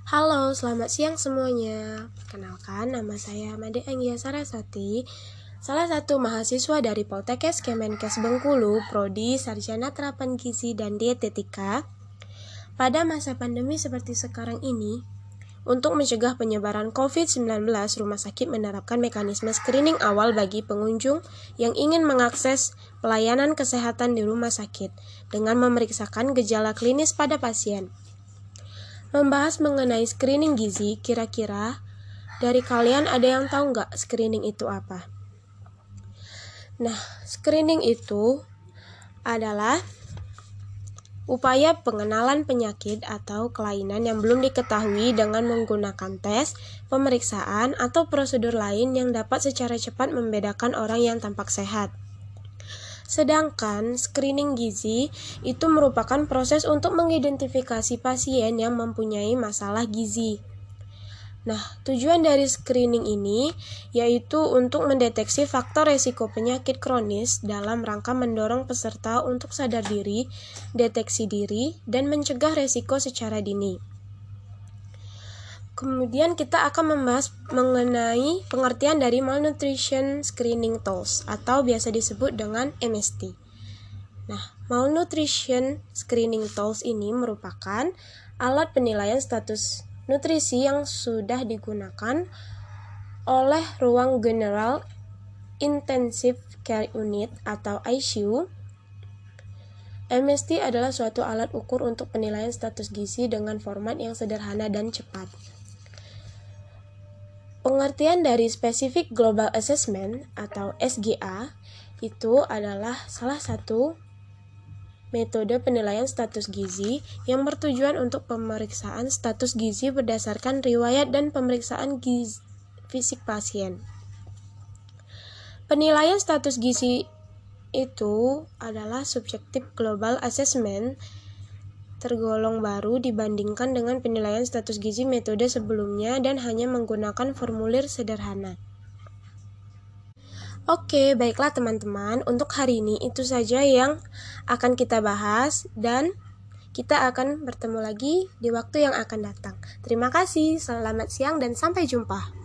Halo, selamat siang semuanya. Perkenalkan, nama saya Made Anggia Sarasati, salah satu mahasiswa dari Poltekkes Kemenkes Bengkulu, Prodi Sarjana Terapan Gizi dan Dietetika. Pada masa pandemi seperti sekarang ini, untuk mencegah penyebaran COVID-19, rumah sakit menerapkan mekanisme screening awal bagi pengunjung yang ingin mengakses pelayanan kesehatan di rumah sakit dengan memeriksakan gejala klinis pada pasien. Membahas mengenai screening gizi, kira-kira dari kalian ada yang tahu nggak screening itu apa? Nah, screening itu adalah upaya pengenalan penyakit atau kelainan yang belum diketahui dengan menggunakan tes, pemeriksaan, atau prosedur lain yang dapat secara cepat membedakan orang yang tampak sehat. Sedangkan screening gizi itu merupakan proses untuk mengidentifikasi pasien yang mempunyai masalah gizi. Nah, tujuan dari screening ini yaitu untuk mendeteksi faktor resiko penyakit kronis dalam rangka mendorong peserta untuk sadar diri, deteksi diri, dan mencegah resiko secara dini. Kemudian kita akan membahas mengenai pengertian dari Malnutrition Screening Tools atau biasa disebut dengan MST. Nah, Malnutrition Screening Tools ini merupakan alat penilaian status nutrisi yang sudah digunakan oleh Ruang General Intensive Care Unit atau ICU. MST adalah suatu alat ukur untuk penilaian status gizi dengan format yang sederhana dan cepat. Pengertian dari Specific Global Assessment atau SGA itu adalah salah satu metode penilaian status gizi yang bertujuan untuk pemeriksaan status gizi berdasarkan riwayat dan pemeriksaan fisik pasien. Penilaian status gizi itu adalah Subjective Global Assessment tergolong baru dibandingkan dengan penilaian status gizi metode sebelumnya dan hanya menggunakan formulir sederhana. Oke, baiklah teman-teman, untuk hari ini itu saja yang akan kita bahas dan kita akan bertemu lagi di waktu yang akan datang. Terima kasih, selamat siang dan sampai jumpa.